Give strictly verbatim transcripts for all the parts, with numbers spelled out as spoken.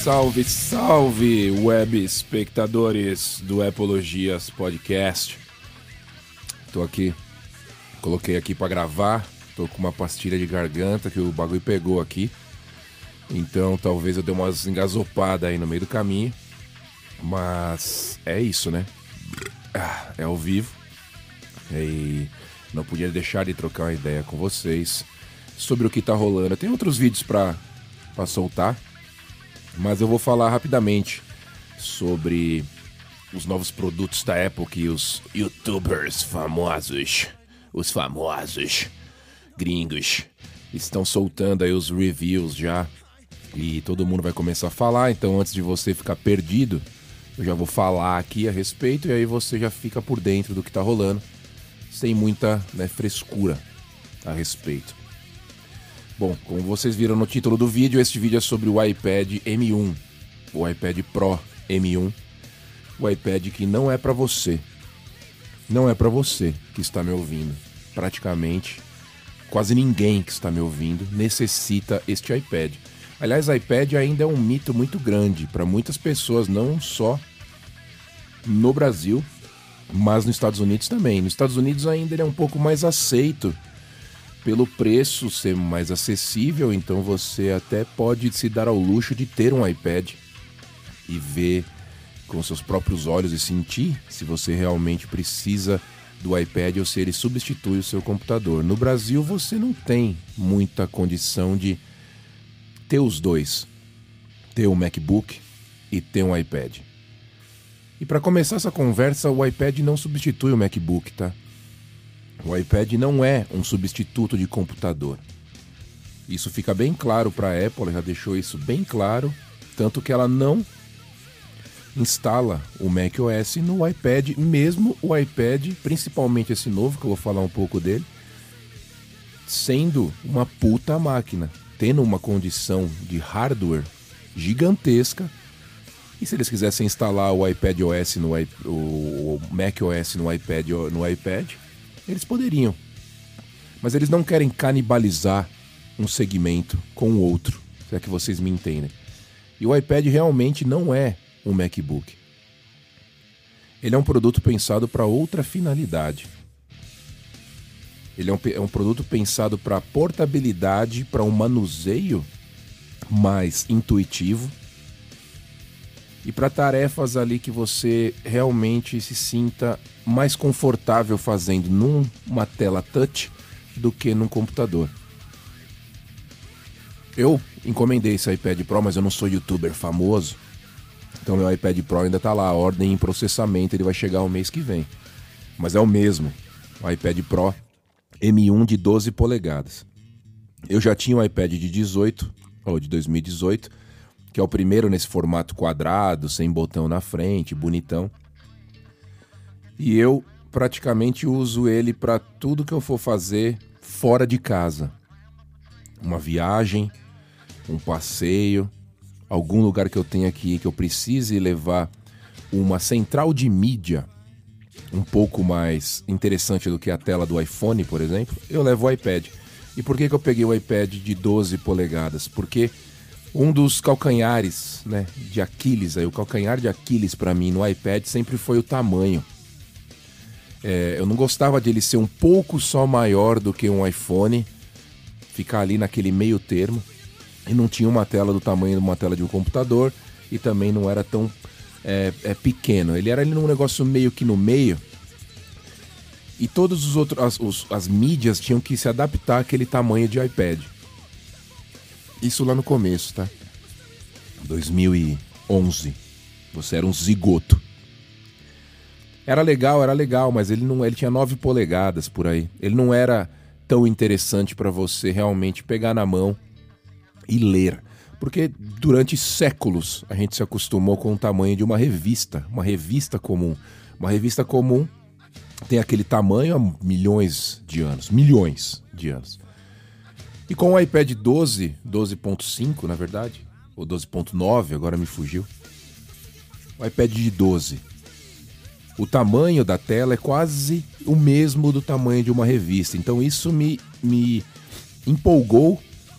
Salve, salve, web espectadores do Epologias Podcast. Tô aqui, coloquei aqui pra gravar, tô com uma pastilha de garganta que o bagulho pegou aqui. Então talvez eu dê umas engasopadas aí no meio do caminho. Mas é isso, né? Ah, é ao vivo. E não podia deixar de trocar uma ideia com vocês sobre o que tá rolando. Tem outros vídeos pra, pra soltar, mas eu vou falar rapidamente sobre os novos produtos da Apple que os youtubers famosos, os famosos gringos, estão soltando aí os reviews já. E todo mundo vai começar a falar, então antes de você ficar perdido, eu já vou falar aqui a respeito e aí você já fica por dentro do que tá rolando, sem muita, né, frescura a respeito. Bom, como vocês viram no título do vídeo, este vídeo é sobre o iPad M um, o iPad Pro M um, o iPad que não é para você, não é para você que está me ouvindo. Praticamente, quase ninguém que está me ouvindo necessita este iPad. Aliás, iPad ainda é um mito muito grande para muitas pessoas, não só no Brasil, mas nos Estados Unidos também. Nos Estados Unidos ainda ele é um pouco mais aceito pelo preço ser mais acessível, então você até pode se dar ao luxo de ter um iPad e ver com seus próprios olhos e sentir se você realmente precisa do iPad ou se ele substitui o seu computador. No Brasil você não tem muita condição de ter os dois, ter um MacBook e ter um iPad. E para começar essa conversa, o iPad não substitui o MacBook, tá? O iPad não é um substituto de computador. Isso fica bem claro para a Apple, ela já deixou isso bem claro, tanto que ela não instala o macOS no iPad, mesmo o iPad, principalmente esse novo, que eu vou falar um pouco dele, sendo uma puta máquina, tendo uma condição de hardware gigantesca. E se eles quisessem instalar o iPadOS no o macOS no iPad no iPad, eles poderiam. Mas eles não querem canibalizar um segmento com o outro, se é que vocês me entendem. E o iPad realmente não é um MacBook. Ele é um produto pensado para outra finalidade. Ele é um, é um produto pensado para portabilidade, para um manuseio mais intuitivo e para tarefas ali que você realmente se sinta mais confortável fazendo numa tela touch do que num computador. Eu encomendei esse iPad Pro, mas eu não sou youtuber famoso, então meu iPad Pro ainda tá lá, a ordem em processamento, ele vai chegar o mês que vem. Mas é o mesmo, o iPad Pro M um de doze polegadas. Eu já tinha um iPad de dezoito, ou de dois mil e dezoito, que é o primeiro nesse formato quadrado, sem botão na frente, bonitão. E eu praticamente uso ele para tudo que eu for fazer fora de casa. Uma viagem, um passeio, algum lugar que eu tenha aqui que eu precise levar uma central de mídia um pouco mais interessante do que a tela do iPhone, por exemplo, eu levo o iPad. E por que que eu peguei o iPad de doze polegadas? Porque um dos calcanhares, né, de Aquiles, aí, o calcanhar de Aquiles para mim no iPad sempre foi o tamanho. É, eu não gostava de ele ser um pouco só maior do que um iPhone, ficar ali naquele meio termo, e não tinha uma tela do tamanho de uma tela de um computador, e também não era tão é, é, pequeno. Ele era ali num negócio meio que no meio, e todos os outros, as, os, as mídias tinham que se adaptar àquele tamanho de iPad. Isso lá no começo, tá? dois mil e onze. Você era um zigoto. Era legal, era legal, mas ele não, ele tinha nove polegadas por aí. Ele não era tão interessante para você realmente pegar na mão e ler. Porque durante séculos a gente se acostumou com o tamanho de uma revista. Uma revista comum. Uma revista comum tem aquele tamanho há milhões de anos. Milhões de anos. E com o iPad doze, doze ponto cinco na verdade, ou doze ponto nove, agora me fugiu. O iPad de doze. O tamanho da tela é quase o mesmo do tamanho de uma revista. Então isso me, me empolgou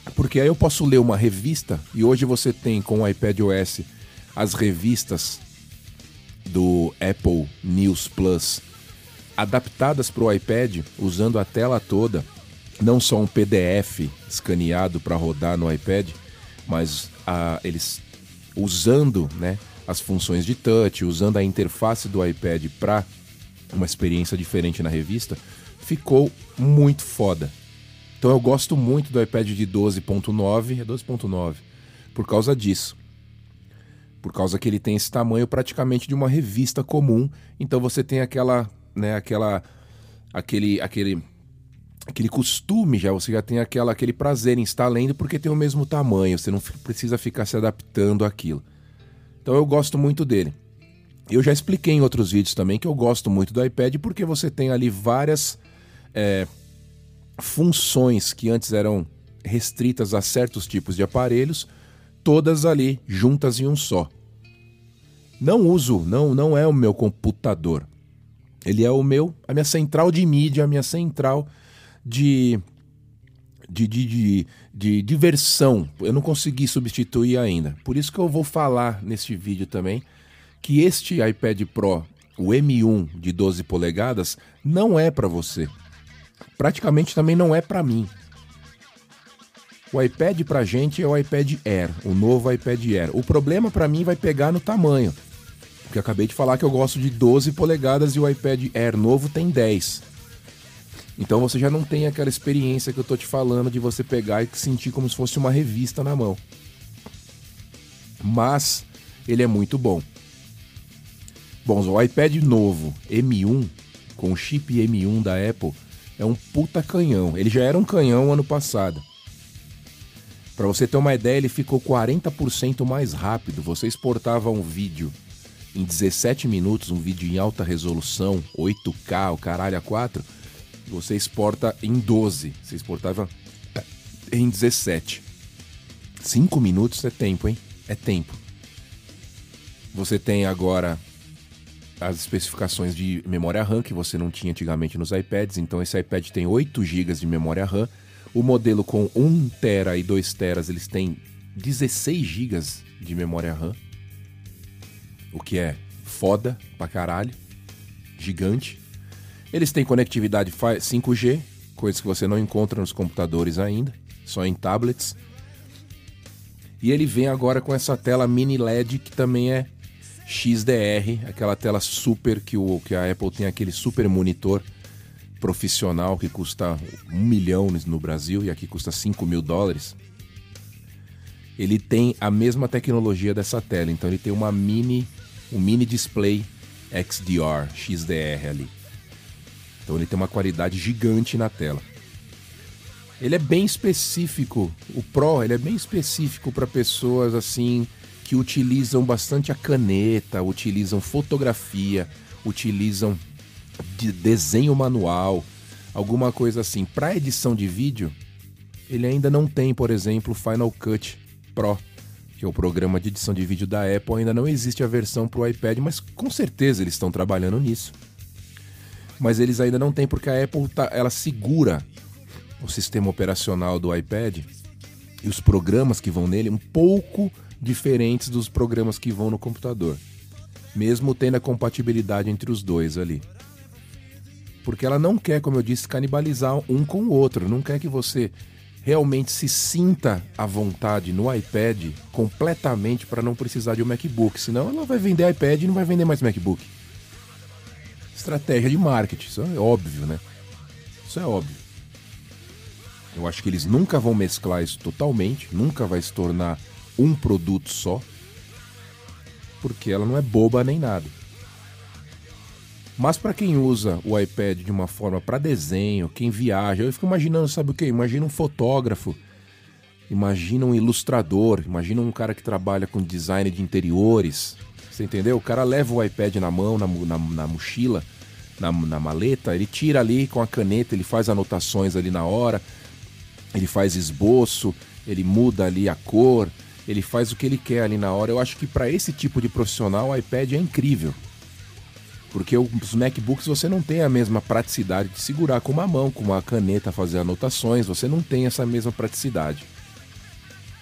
Porque aí eu posso ler uma revista, e hoje você tem com o iPadOS as revistas do Apple News Plus adaptadas para o iPad, usando a tela toda, não só um P D F escaneado para rodar no iPad, mas a, eles usando, né, as funções de touch, usando a interface do iPad para uma experiência diferente na revista, ficou muito foda. Então eu gosto muito do iPad de doze ponto nove, é doze ponto nove, por causa disso. Por causa que ele tem esse tamanho praticamente de uma revista comum, então você tem aquela, né, aquela, aquele, aquele, aquele costume já, você já tem aquela, aquele prazer em estar lendo porque tem o mesmo tamanho, você não precisa ficar se adaptando àquilo. Então eu gosto muito dele. Eu já expliquei em outros vídeos também que eu gosto muito do iPad porque você tem ali várias é, funções que antes eram restritas a certos tipos de aparelhos, todas ali juntas em um só. Não uso, não, não é o meu computador. Ele é o meu, a minha central de mídia, a minha central de, de, de, de, de diversão. Eu não consegui substituir ainda. Por isso que eu vou falar neste vídeo também que este iPad Pro, o M um de doze polegadas, não é para você. Praticamente também não é para mim. O iPad pra gente é o iPad Air, o novo iPad Air. O problema pra mim vai pegar no tamanho. Porque eu acabei de falar que eu gosto de doze polegadas e o iPad Air novo tem dez. Então você já não tem aquela experiência que eu tô te falando de você pegar e sentir como se fosse uma revista na mão. Mas ele é muito bom. Bom, o iPad novo M um, com o chip M um da Apple, é um puta canhão. Ele já era um canhão ano passado. Para você ter uma ideia, ele ficou quarenta por cento mais rápido. Você exportava um vídeo em dezessete minutos, um vídeo em alta resolução, oito K, o caralho a quatro, você exporta em doze. Você exportava em dezessete. cinco minutos é tempo, hein? É tempo. Você tem agora as especificações de memória RAM que você não tinha antigamente nos iPads. Então esse iPad tem oito gigas de memória RAM. O modelo com um tera e dois teras, eles têm dezesseis gigas de memória RAM. O que é foda pra caralho. Gigante. Eles têm conectividade cinco G, coisa que você não encontra nos computadores ainda, só em tablets. E ele vem agora com essa tela mini L E D que também é X D R, aquela tela super que, o, que a Apple tem, aquele super monitor profissional que custa um milhão no Brasil e aqui custa cinco mil dólares. Ele tem a mesma tecnologia dessa tela, então ele tem uma mini, um mini display X D R, X D R ali. Então ele tem uma qualidade gigante na tela. Ele é bem específico, o Pro, ele é bem específico para pessoas assim que utilizam bastante a caneta, utilizam fotografia, utilizam de desenho manual, alguma coisa assim. Para edição de vídeo, ele ainda não tem, por exemplo, o Final Cut Pro, que é o programa de edição de vídeo da Apple. Ainda não existe a versão para o iPad, mas com certeza eles estão trabalhando nisso. Mas eles ainda não têm porque a Apple tá, ela segura o sistema operacional do iPad e os programas que vão nele um pouco diferentes dos programas que vão no computador, mesmo tendo a compatibilidade entre os dois ali. Porque ela não quer, como eu disse, canibalizar um com o outro. Não quer que você realmente se sinta à vontade no iPad completamente para não precisar de um MacBook. Senão ela vai vender iPad e não vai vender mais MacBook. Estratégia de marketing, isso é óbvio, né? Isso é óbvio. Eu acho que eles nunca vão mesclar isso totalmente, nunca vai se tornar um produto só, porque ela não é boba nem nada. Mas para quem usa o iPad de uma forma para desenho, quem viaja, eu fico imaginando, sabe o quê? Imagina um fotógrafo, imagina um ilustrador, imagina um cara que trabalha com design de interiores, você entendeu? O cara leva o iPad na mão, na, na, na mochila, na, na maleta, ele tira ali com a caneta, ele faz anotações ali na hora, ele faz esboço, ele muda ali a cor, ele faz o que ele quer ali na hora. Eu acho que para esse tipo de profissional o iPad é incrível. Porque os MacBooks você não tem a mesma praticidade de segurar com uma mão, com uma caneta, fazer anotações, você não tem essa mesma praticidade.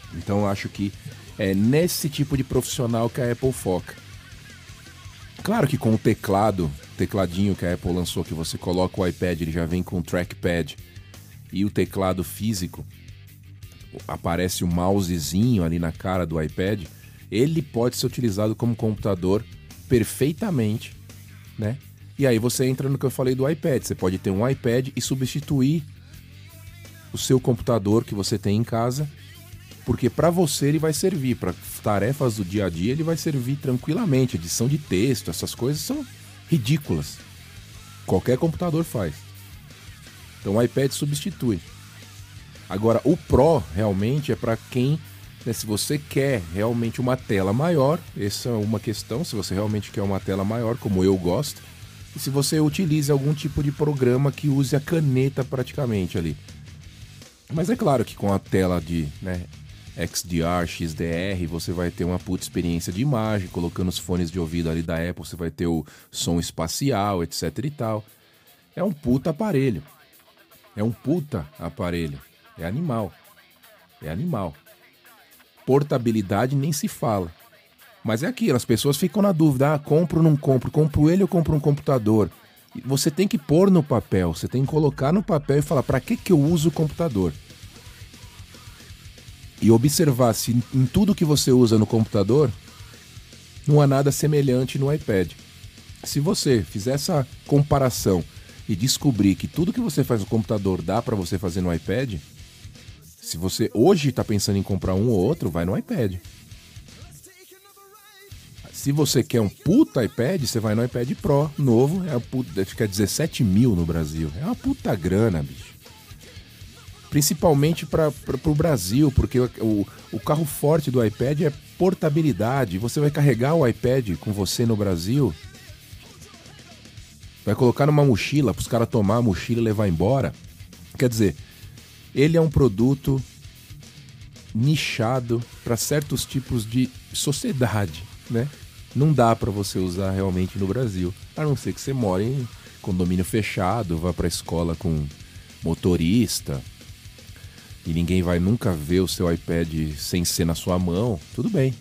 Então eu acho que é nesse tipo de profissional que a Apple foca. Claro que com o teclado, tecladinho que a Apple lançou, que você coloca o iPad, ele já vem com o trackpad e o teclado físico, aparece o mousezinho ali na cara do iPad, ele pode ser utilizado como computador perfeitamente, né? E aí você entra no que eu falei do iPad, você pode ter um iPad e substituir o seu computador que você tem em casa, porque para você ele vai servir, para tarefas do dia a dia ele vai servir tranquilamente, edição de texto, essas coisas são ridículas. Qualquer computador faz. Então o iPad substitui. Agora o Pro realmente é para quem, né, se você quer realmente uma tela maior, essa é uma questão, se você realmente quer uma tela maior, como eu gosto, e se você utiliza algum tipo de programa que use a caneta praticamente ali. Mas é claro que com a tela de, né, X D R, X D R, você vai ter uma puta experiência de imagem, colocando os fones de ouvido ali da Apple, você vai ter o som espacial, etc e tal. É um puta aparelho. É um puta aparelho. É animal. É animal. Portabilidade nem se fala. Mas é aquilo, as pessoas ficam na dúvida, ah, compro ou não compro, compro ele ou compro um computador? Você tem que pôr no papel, você tem que colocar no papel e falar, para que que eu uso o computador? E observar se em tudo que você usa no computador, não há nada semelhante no iPad. Se você fizer essa comparação e descobrir que tudo que você faz no computador dá para você fazer no iPad, se você hoje está pensando em comprar um ou outro, vai no iPad. Se você quer um puta iPad, você vai no iPad Pro novo, é puta, fica dezessete mil no Brasil. É uma puta grana, bicho. Principalmente para o Brasil, porque o, o, o carro forte do iPad é portabilidade. Você vai carregar o iPad com você no Brasil, vai colocar numa mochila para os caras tomar a mochila e levar embora. Quer dizer, ele é um produto nichado para certos tipos de sociedade, né? Não dá para você usar realmente no Brasil, a não ser que você mora em condomínio fechado, vá para a escola com motorista e ninguém vai nunca ver o seu iPad sem ser na sua mão, tudo bem.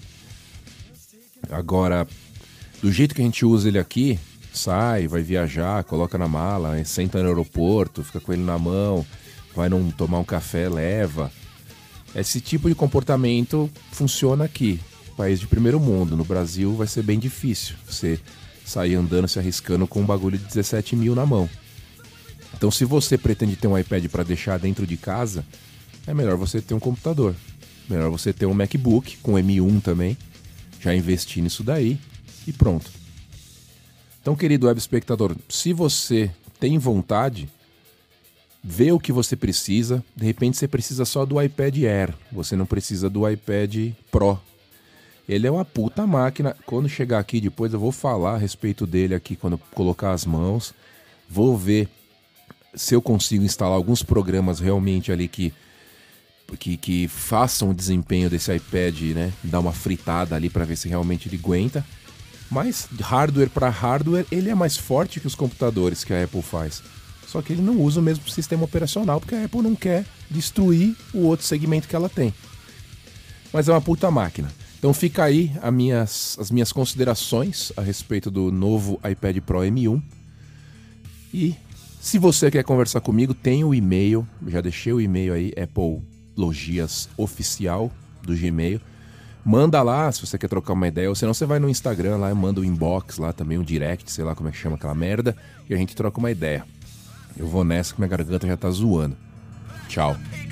Agora, do jeito que a gente usa ele aqui, sai, vai viajar, coloca na mala, senta no aeroporto, fica com ele na mão, vai num, tomar um café, leva. Esse tipo de comportamento funciona aqui. País de primeiro mundo. No Brasil vai ser bem difícil você sair andando, se arriscando com um bagulho de dezessete mil na mão. Então, se você pretende ter um iPad para deixar dentro de casa, é melhor você ter um computador. Melhor você ter um MacBook com M um também, já investir nisso daí e pronto. Então, querido web espectador, se você tem vontade, vê o que você precisa. De repente você precisa só do iPad Air, você não precisa do iPad Pro. Ele é uma puta máquina. Quando chegar aqui depois eu vou falar a respeito dele aqui, quando eu colocar as mãos. Vou ver se eu consigo instalar alguns programas realmente ali que, que, que façam o desempenho desse iPad, né? Dar uma fritada ali para ver se realmente ele aguenta. Mas hardware para hardware, ele é mais forte que os computadores que a Apple faz. Só que ele não usa o mesmo sistema operacional, porque a Apple não quer destruir o outro segmento que ela tem. Mas é uma puta máquina. Então fica aí as minhas, as minhas considerações a respeito do novo iPad Pro M um. E se você quer conversar comigo, tem o e-mail, já deixei o e-mail aí, Apple Logias Oficial do Gmail. Manda lá se você quer trocar uma ideia, ou senão você vai no Instagram lá, manda o inbox lá também, um direct, sei lá como é que chama aquela merda, e a gente troca uma ideia. Eu vou nessa que minha garganta já tá zoando. Tchau.